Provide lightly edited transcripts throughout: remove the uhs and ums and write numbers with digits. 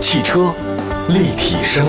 汽车立体声，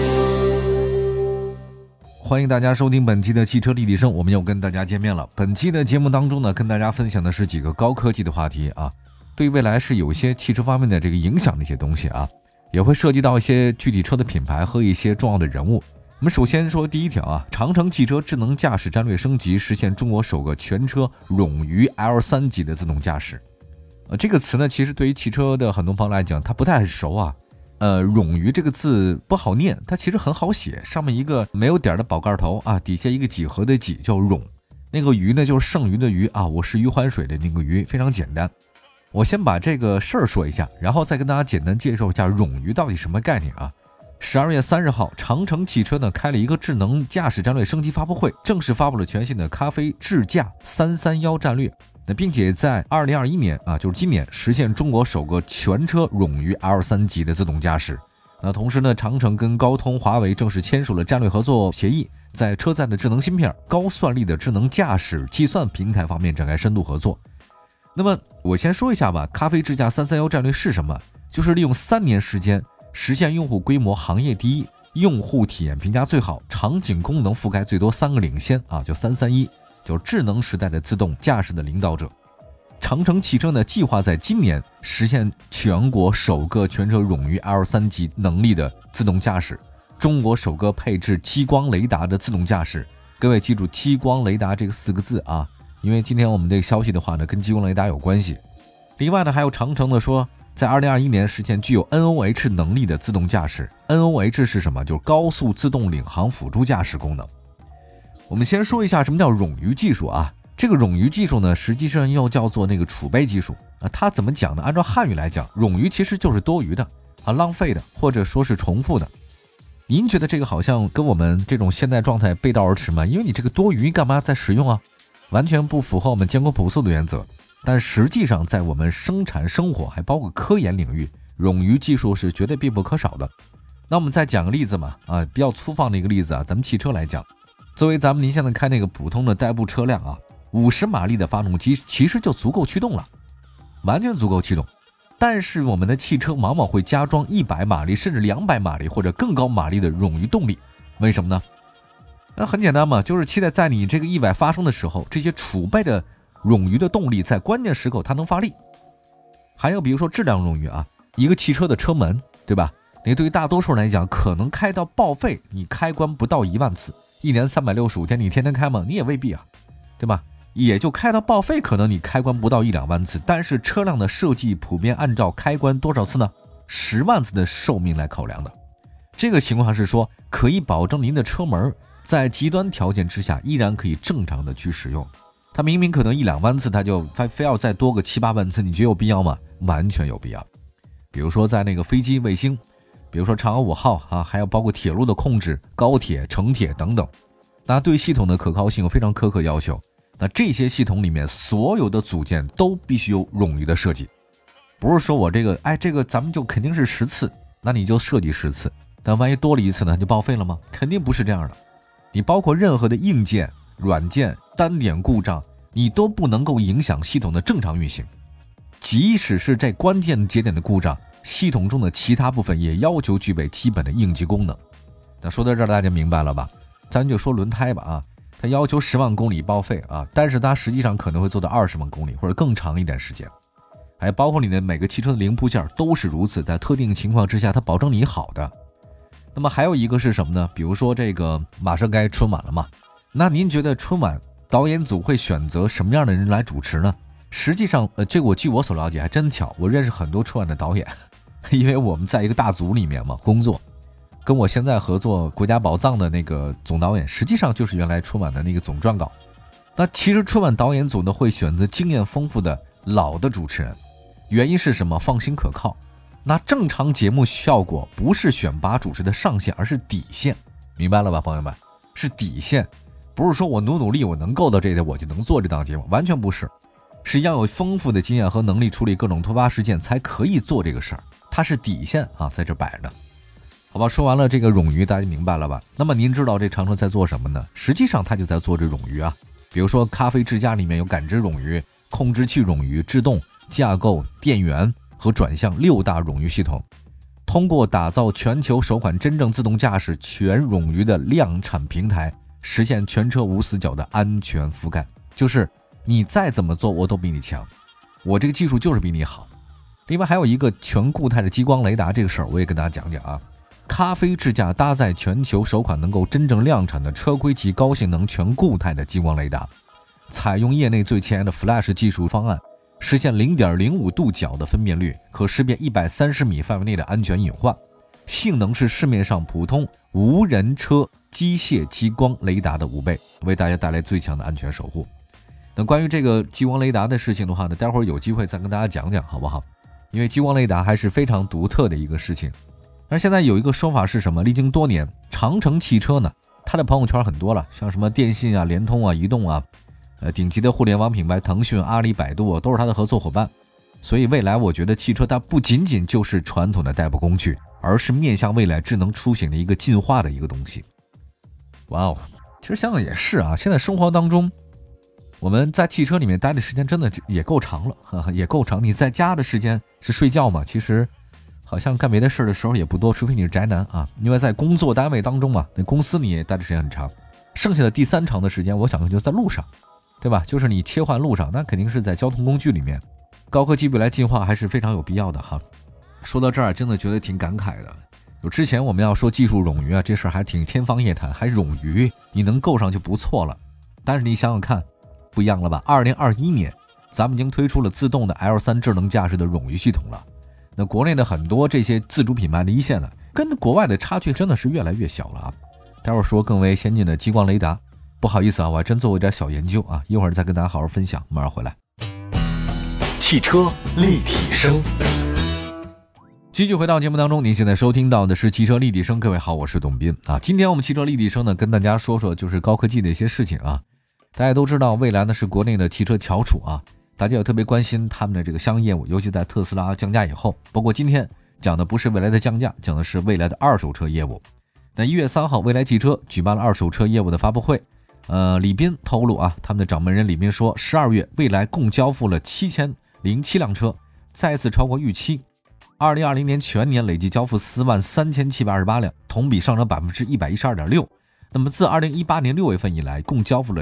欢迎大家收听本期的汽车立体声，我们又跟大家见面了。本期的节目当中呢，跟大家分享的是几个高科技的话题啊，对未来是有些汽车方面的这个影响的一些东西啊，也会涉及到一些具体车的品牌和一些重要的人物。我们首先说第一条啊，长城汽车智能驾驶战略升级，实现中国首个全车冗余 L3 级的自动驾驶。这个词呢，其实对于汽车的很多朋友来讲，它不太熟啊。冗余这个字不好念，它其实很好写，上面一个没有点的宝盖头啊，底下一个几何的几叫冗，那个余呢就是剩余的余啊，我是余欢水的那个余，非常简单。我先把这个事儿说一下，然后再跟大家简单介绍一下冗余到底什么概念啊。12月30号，长城汽车呢开了一个智能驾驶战略升级发布会，正式发布了全新的咖啡智驾331战略。并且在2021年啊，就是今年实现中国首个全车冗余 L3 级的自动驾驶。同时呢，长城跟高通、华为正式签署了战略合作协议，在车载的智能芯片、高算力的智能驾驶计算平台方面展开深度合作。那么我先说一下吧，咖啡智驾331战略是什么？就是利用3年时间实现用户规模行业第一，用户体验评价最好，场景功能覆盖最多3个领先啊，就331。就是智能时代的自动驾驶的领导者。长城汽车呢，计划在今年实现全国首个全车冗余 L3 级能力的自动驾驶，中国首个配置激光雷达的自动驾驶。各位记住激光雷达这个4个字啊，因为今天我们这个消息的话呢，跟激光雷达有关系。另外呢，还有长城的说，在2021年实现具有 NOH 能力的自动驾驶。NOH 是什么？就是高速自动领航辅助驾驶功能。我们先说一下什么叫冗余技术啊？这个冗余技术呢，实际上又叫做那个储备技术啊。它怎么讲呢？按照汉语来讲，冗余其实就是多余的啊，浪费的，或者说是重复的。您觉得这个好像跟我们这种现代状态背道而驰吗？因为你这个多余干嘛再使用啊？完全不符合我们艰苦朴素的原则。但实际上，在我们生产生活还包括科研领域，冗余技术是绝对必不可少的。那我们再讲个例子嘛，啊，比较粗放的一个例子啊，咱们汽车来讲。作为咱们您现在开那个普通的代步车辆啊，50马力的发动机其实就足够驱动了，完全足够驱动。但是我们的汽车往往会加装100马力甚至200马力或者更高马力的冗余动力，为什么呢？那很简单嘛，就是期待在你这个意外发生的时候，这些储备的冗余的动力在关键时刻它能发力。还有比如说质量冗余啊，一个汽车的车门，对吧？那对于大多数人来讲，可能开到报废，你开关不到1万次。1年365天，你天天开吗？你也未必啊，对吧？也就开到报废，可能你开关不到1-2万次，但是车辆的设计普遍按照开关多少次呢？10万次的寿命来考量的。这个情况是说，可以保证您的车门在极端条件之下依然可以正常的去使用。它明明可能1-2万次，它就非要再多个7-8万次，你觉得有必要吗？完全有必要。比如说在那个飞机、卫星，比如说嫦娥5号啊，还有包括铁路的控制、高铁、城铁等等，那对系统的可靠性有非常苛刻要求。那这些系统里面所有的组件都必须有冗余的设计，不是说我这个咱们就肯定是10次，那你就设计10次，但万一多了1次呢，就报废了吗？肯定不是这样的。你包括任何的硬件、软件单点故障，你都不能够影响系统的正常运行。即使是这关键节点的故障，系统中的其他部分也要求具备基本的应急功能。那说到这儿大家明白了吧？咱就说轮胎吧啊，它要求10万公里报废啊，但是它实际上可能会做到20万公里或者更长一点时间。还包括你的每个汽车的零部件都是如此，在特定情况之下它保证你好的。那么还有一个是什么呢？比如说这个马上该春晚了嘛，那您觉得春晚导演组会选择什么样的人来主持呢？实际上这个据我所了解还真巧，我认识很多春晚的导演，因为我们在一个大组里面嘛工作，跟我现在合作国家宝藏的那个总导演实际上就是原来春晚的那个总撰稿。那其实春晚导演组呢会选择经验丰富的老的主持人，原因是什么？放心可靠。那正常节目效果不是选拔主持的上限，而是底线，明白了吧朋友们？是底线，不是说我努力我能够到这点我就能做这档节目，完全不是，是要有丰富的经验和能力处理各种突发事件才可以做这个事儿，它是底线啊，在这摆着。好吧，说完了这个冗余大家明白了吧？那么您知道这长城在做什么呢？实际上它就在做这冗余啊，比如说咖啡智驾里面有感知冗余、控制器冗余、制动、架构、电源和转向6大冗余系统。 通过打造全球首款真正自动驾驶全冗余的量产平台，实现全车无死角的安全覆盖。就是你再怎么做我都比你强，我这个技术就是比你好。另外还有一个全固态的激光雷达，这个事儿我也跟大家讲讲啊。咖啡智驾搭载全球首款能够真正量产的车规级高性能全固态的激光雷达，采用业内最前沿的 Flash 技术方案，实现 0.05 度角的分辨率，可识别130米范围内的安全隐患，性能是市面上普通无人车机械激光雷达的5倍，为大家带来最强的安全守护。那关于这个激光雷达的事情的话呢，待会儿有机会再跟大家讲讲好不好？因为激光雷达还是非常独特的一个事情。而现在有一个说法是什么？历经多年，长城汽车呢，它的朋友圈很多了，像什么电信啊、联通啊、移动啊，顶级的互联网品牌腾讯、阿里、百度都是它的合作伙伴。所以未来我觉得汽车它不仅仅就是传统的代步工具，而是面向未来智能出行的一个进化的一个东西。哇哦，其实想想也是啊，现在生活当中我们在汽车里面待的时间真的也够长了，也够长。你在家的时间是睡觉嘛？其实好像干别的事的时候也不多，除非你是宅男啊。因为在工作单位当中嘛，那公司你也待的时间很长，剩下的第3长的时间，我想就在路上，对吧？就是你切换路上，那肯定是在交通工具里面。高科技未来进化还是非常有必要的哈。说到这儿，真的觉得挺感慨的。有之前我们要说技术冗余啊，这事儿还挺天方夜谭，还冗余，你能够上就不错了。但是你想想看，不一样了吧？2021年，咱们已经推出了自动的 L3 智能驾驶的冗余系统了。那国内的很多这些自主品牌的一线呢，跟国外的差距真的是越来越小了啊。待会儿说更为先进的激光雷达，不好意思啊，我还真做过一点小研究啊，一会儿再跟大家好好分享，马上回来。 汽车立体声， 继续回到节目当中，您现在收听到的是汽车立体声。各位好，我是董斌啊。今天我们汽车立体声呢，跟大家说说就是高科技的一些事情啊。大家都知道，蔚来呢是国内的汽车翘楚啊。大家也特别关心他们的这个商业业务，尤其在特斯拉降价以后。不过今天讲的不是未来的降价，讲的是未来的二手车业务。那1月3号，蔚来汽车举办了二手车业务的发布会。李斌透露啊，他们的掌门人李斌说，12月蔚来共交付了7007辆车，再次超过预期。2020年全年累计交付43728辆，同比上涨 112.6%。那么自2018年6月份以来，共交付了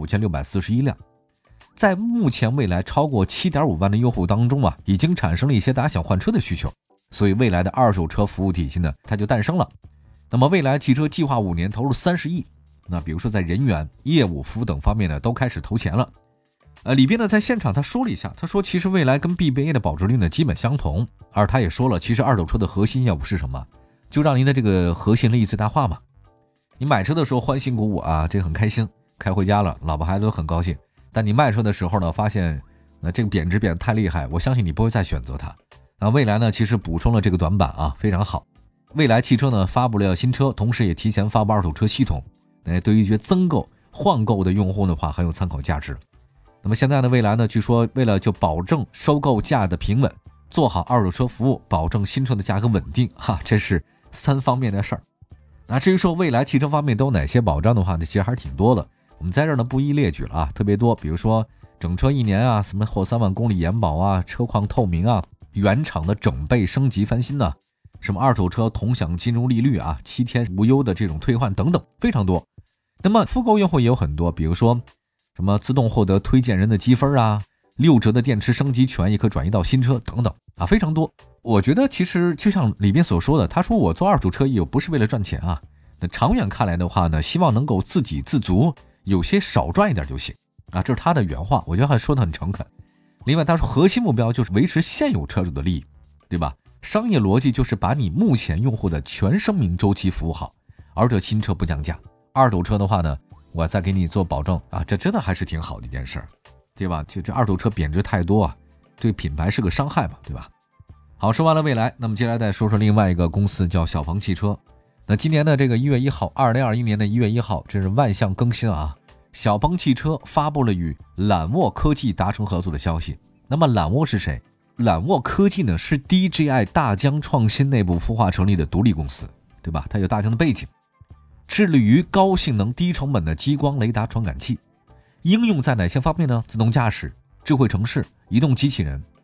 75641辆。在目前蔚来超过 7.5 万的用户当中啊，已经产生了一些大家想换车的需求，所以蔚来的二手车服务体系呢，它就诞生了。那么蔚来汽车计划5年投入30亿，那比如说在人员、业务、服务等方面呢，都开始投钱了。里边呢在现场他说了一下，他说其实蔚来跟 BBA 的保值率呢基本相同，而他也说了，其实二手车的核心业务是什么？就让您的这个核心利益最大化嘛。你买车的时候欢欣鼓舞啊，这个很开心，开回家了，老婆孩子都很高兴。但你卖车的时候呢，发现这个贬值贬得太厉害，我相信你不会再选择它。那蔚来呢，其实补充了这个短板啊，非常好。蔚来汽车呢发布了新车，同时也提前发布二手车系统，对于一些增购、换购的用户的话很有参考价值。那么现在呢，蔚来呢，据说为了就保证收购价的平稳，做好二手车服务，保证新车的价格稳定哈，这是3方面的事儿。那至于说蔚来汽车方面都有哪些保障的话呢，其实还是挺多的。我们在这儿呢不一列举了啊，特别多，比如说整车1年啊，什么后3万公里延保啊，车况透明啊，原厂的整备升级翻新呢，什么二手车同享金融利率啊，7天无忧的这种退换等等，非常多。那么复购用户也有很多，比如说什么自动获得推荐人的积分啊，6折的电池升级权也可转移到新车等等啊，非常多。我觉得其实就像里边所说的，他说我做二手车业务不是为了赚钱啊，那长远看来的话呢，希望能够自给自足，有些少赚一点就行啊，这是他的原话，我觉得还说得很诚恳。另外他说核心目标就是维持现有车主的利益，对吧？商业逻辑就是把你目前用户的全生命周期服务好，而这新车不降价，二手车的话呢，我再给你做保证啊，这真的还是挺好的一件事儿，对吧？就这二手车贬值太多啊，对品牌是个伤害嘛，对吧？好，说完了蔚来，那么接下来再说说另外一个公司叫小鹏汽车。那今年的这个1月1号，2021年的1月1号，这是万象更新啊，小鹏汽车发布了与揽沃科技达成合作的消息。那么揽沃是谁？揽沃科技呢是 DJI 大疆创新内部孵化成立的独立公司，对吧？它有大疆的背景，致力于高性能低成本的激光雷达传感器，应用在哪些方面呢？自动驾驶、智慧城市、移动机器人。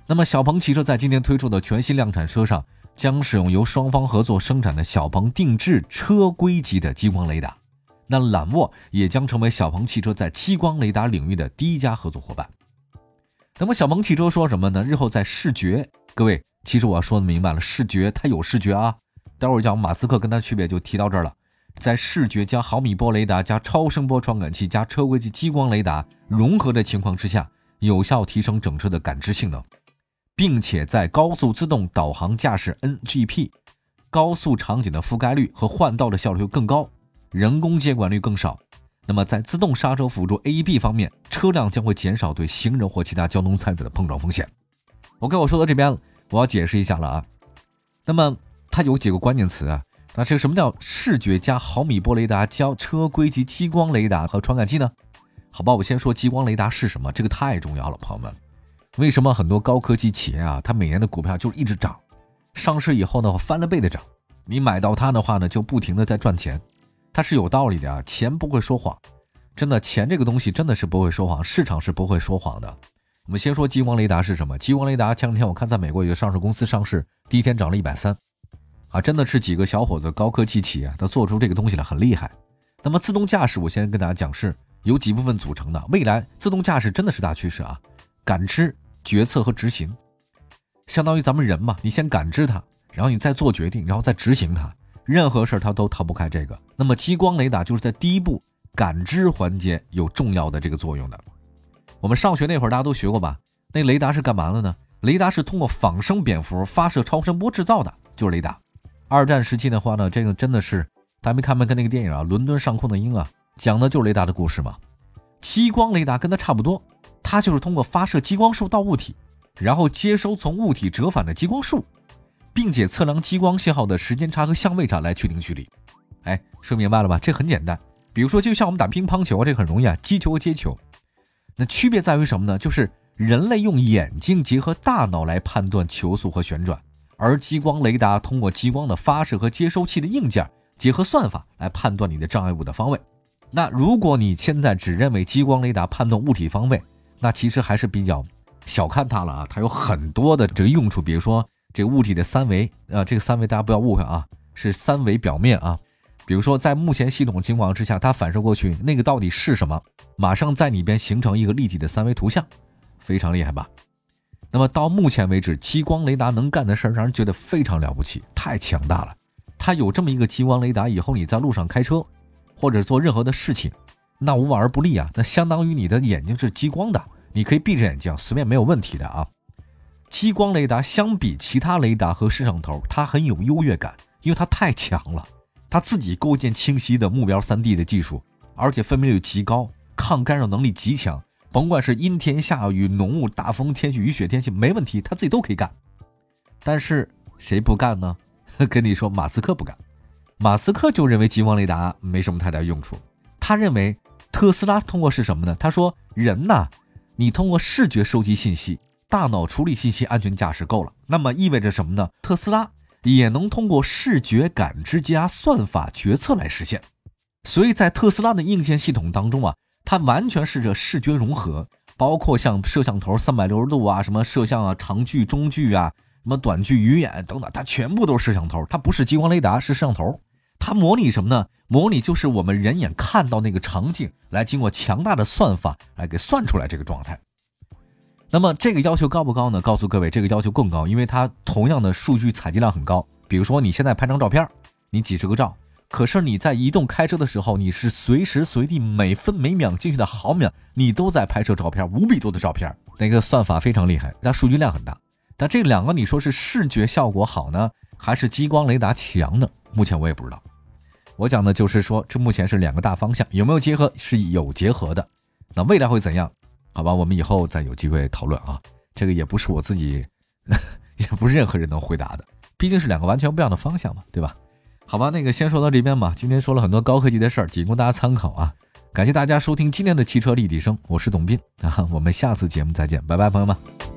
那么小鹏汽车在今天推出的全新量产车上，将使用由双方合作生产的小鹏定制车规级的激光雷达。那揽沃也将成为小鹏汽车在激光雷达领域的第一家合作伙伴。那么小鹏汽车说什么呢？日后在视觉，各位，其实我要说的明白了，视觉它有视觉啊，待会儿讲马斯克跟它区别就提到这儿了。在视觉加毫米波雷达加超声波传感器加车规级激光雷达融合的情况之下，有效提升整车的感知性能，并且在高速自动导航驾驶 NGP 高速场景的覆盖率和换道的效率更高，人工接管率更少。那么在自动刹车辅助 AEB 方面，车辆将会减少对行人或其他交通参与者的碰撞风险。OK， 我说到这边了，我要解释一下了啊。那么它有几个关键词啊，那这个什么叫视觉加毫米波雷达加车规级激光雷达和传感器呢？好吧，我先说激光雷达是什么，这个太重要了，朋友们。为什么很多高科技企业啊，它每年的股票就是一直涨，上市以后呢翻了倍的涨，你买到它的话呢就不停的在赚钱，它是有道理的啊，钱不会说谎，真的，钱这个东西真的是不会说谎，市场是不会说谎的。我们先说激光雷达是什么。激光雷达前两天我看在美国有个上市公司上市，第一天涨了130啊，真的是几个小伙子高科技企业他做出这个东西来很厉害。那么自动驾驶我先跟大家讲是有几部分组成的，未来自动驾驶真的是大趋势啊，感知、决策和执行，相当于咱们人嘛，你先感知它，然后你再做决定，然后再执行它，任何事它都逃不开这个。那么激光雷达就是在第一步感知环节有重要的这个作用的。我们上学那会儿大家都学过吧，那雷达是干嘛的呢？雷达是通过仿生蝙蝠发射超声波制造的，就是雷达。二战时期的话呢，这个真的是大家没看那个电影啊，伦敦上空的鹰啊，讲的就是雷达的故事嘛。激光雷达跟它差不多，它就是通过发射激光束到物体，然后接收从物体折返的激光束，并且测量激光信号的时间差和相位差来确定距离。哎，说明白了吧？这很简单。比如说就像我们打乒乓球，这个很容易啊，击球和接球。那区别在于什么呢？就是人类用眼睛结合大脑来判断球速和旋转，而激光雷达通过激光的发射和接收器的硬件结合算法来判断你的障碍物的方位。那如果你现在只认为激光雷达判断物体方位，那其实还是比较小看它了啊，它有很多的这个用处。比如说这个物体的三维这个三维大家不要误会啊，是三维表面啊。比如说在目前系统情况之下，它反射过去那个到底是什么，马上在你边形成一个立体的三维图像，非常厉害吧。那么到目前为止，激光雷达能干的事让人觉得非常了不起，太强大了。它有这么一个激光雷达，以后你在路上开车或者做任何的事情，那无往而不利啊。那相当于你的眼睛是激光的，你可以闭着眼睛随便没有问题的啊。激光雷达相比其他雷达和摄像头，它很有优越感，因为它太强了，它自己构建清晰的目标 3D 的技术，而且分辨率极高，抗干扰能力极强，甭管是阴天下雨、浓雾、大风天气、雨雪天气，没问题，它自己都可以干。但是谁不干呢？跟你说，马斯克不干。马斯克就认为激光雷达没什么太大用处，他认为特斯拉通过是什么呢？他说人呐，你通过视觉收集信息，大脑处理信息，安全驾驶够了。那么意味着什么呢？特斯拉也能通过视觉感知加算法决策来实现。所以在特斯拉的硬件系统当中啊，它完全是这视觉融合，包括像摄像头360度啊，什么摄像啊，长距、中距啊，什么短距、鱼眼等等，它全部都是摄像头，它不是激光雷达，是摄像头。它模拟什么呢？模拟就是我们人眼看到那个场景，来经过强大的算法来给算出来这个状态。那么这个要求高不高呢？告诉各位，这个要求更高，因为它同样的数据采集量很高。比如说你现在拍张照片，你几十个照，可是你在移动开车的时候，你是随时随地每分每秒进去的毫秒，你都在拍摄照片，5比多的照片，那个算法非常厉害，它数据量很大。但这两个你说是视觉效果好呢，还是激光雷达强呢？目前我也不知道。我讲的就是说，这目前是两个大方向，有没有结合？是有结合的。那未来会怎样？好吧，我们以后再有机会讨论啊。这个也不是我自己，也不是任何人能回答的，毕竟是两个完全不一样的方向嘛，对吧？好吧，那个先说到这边吧。今天说了很多高科技的事儿，仅供大家参考啊。感谢大家收听今天的汽车立体声，我是董斌啊，我们下次节目再见，拜拜，朋友们。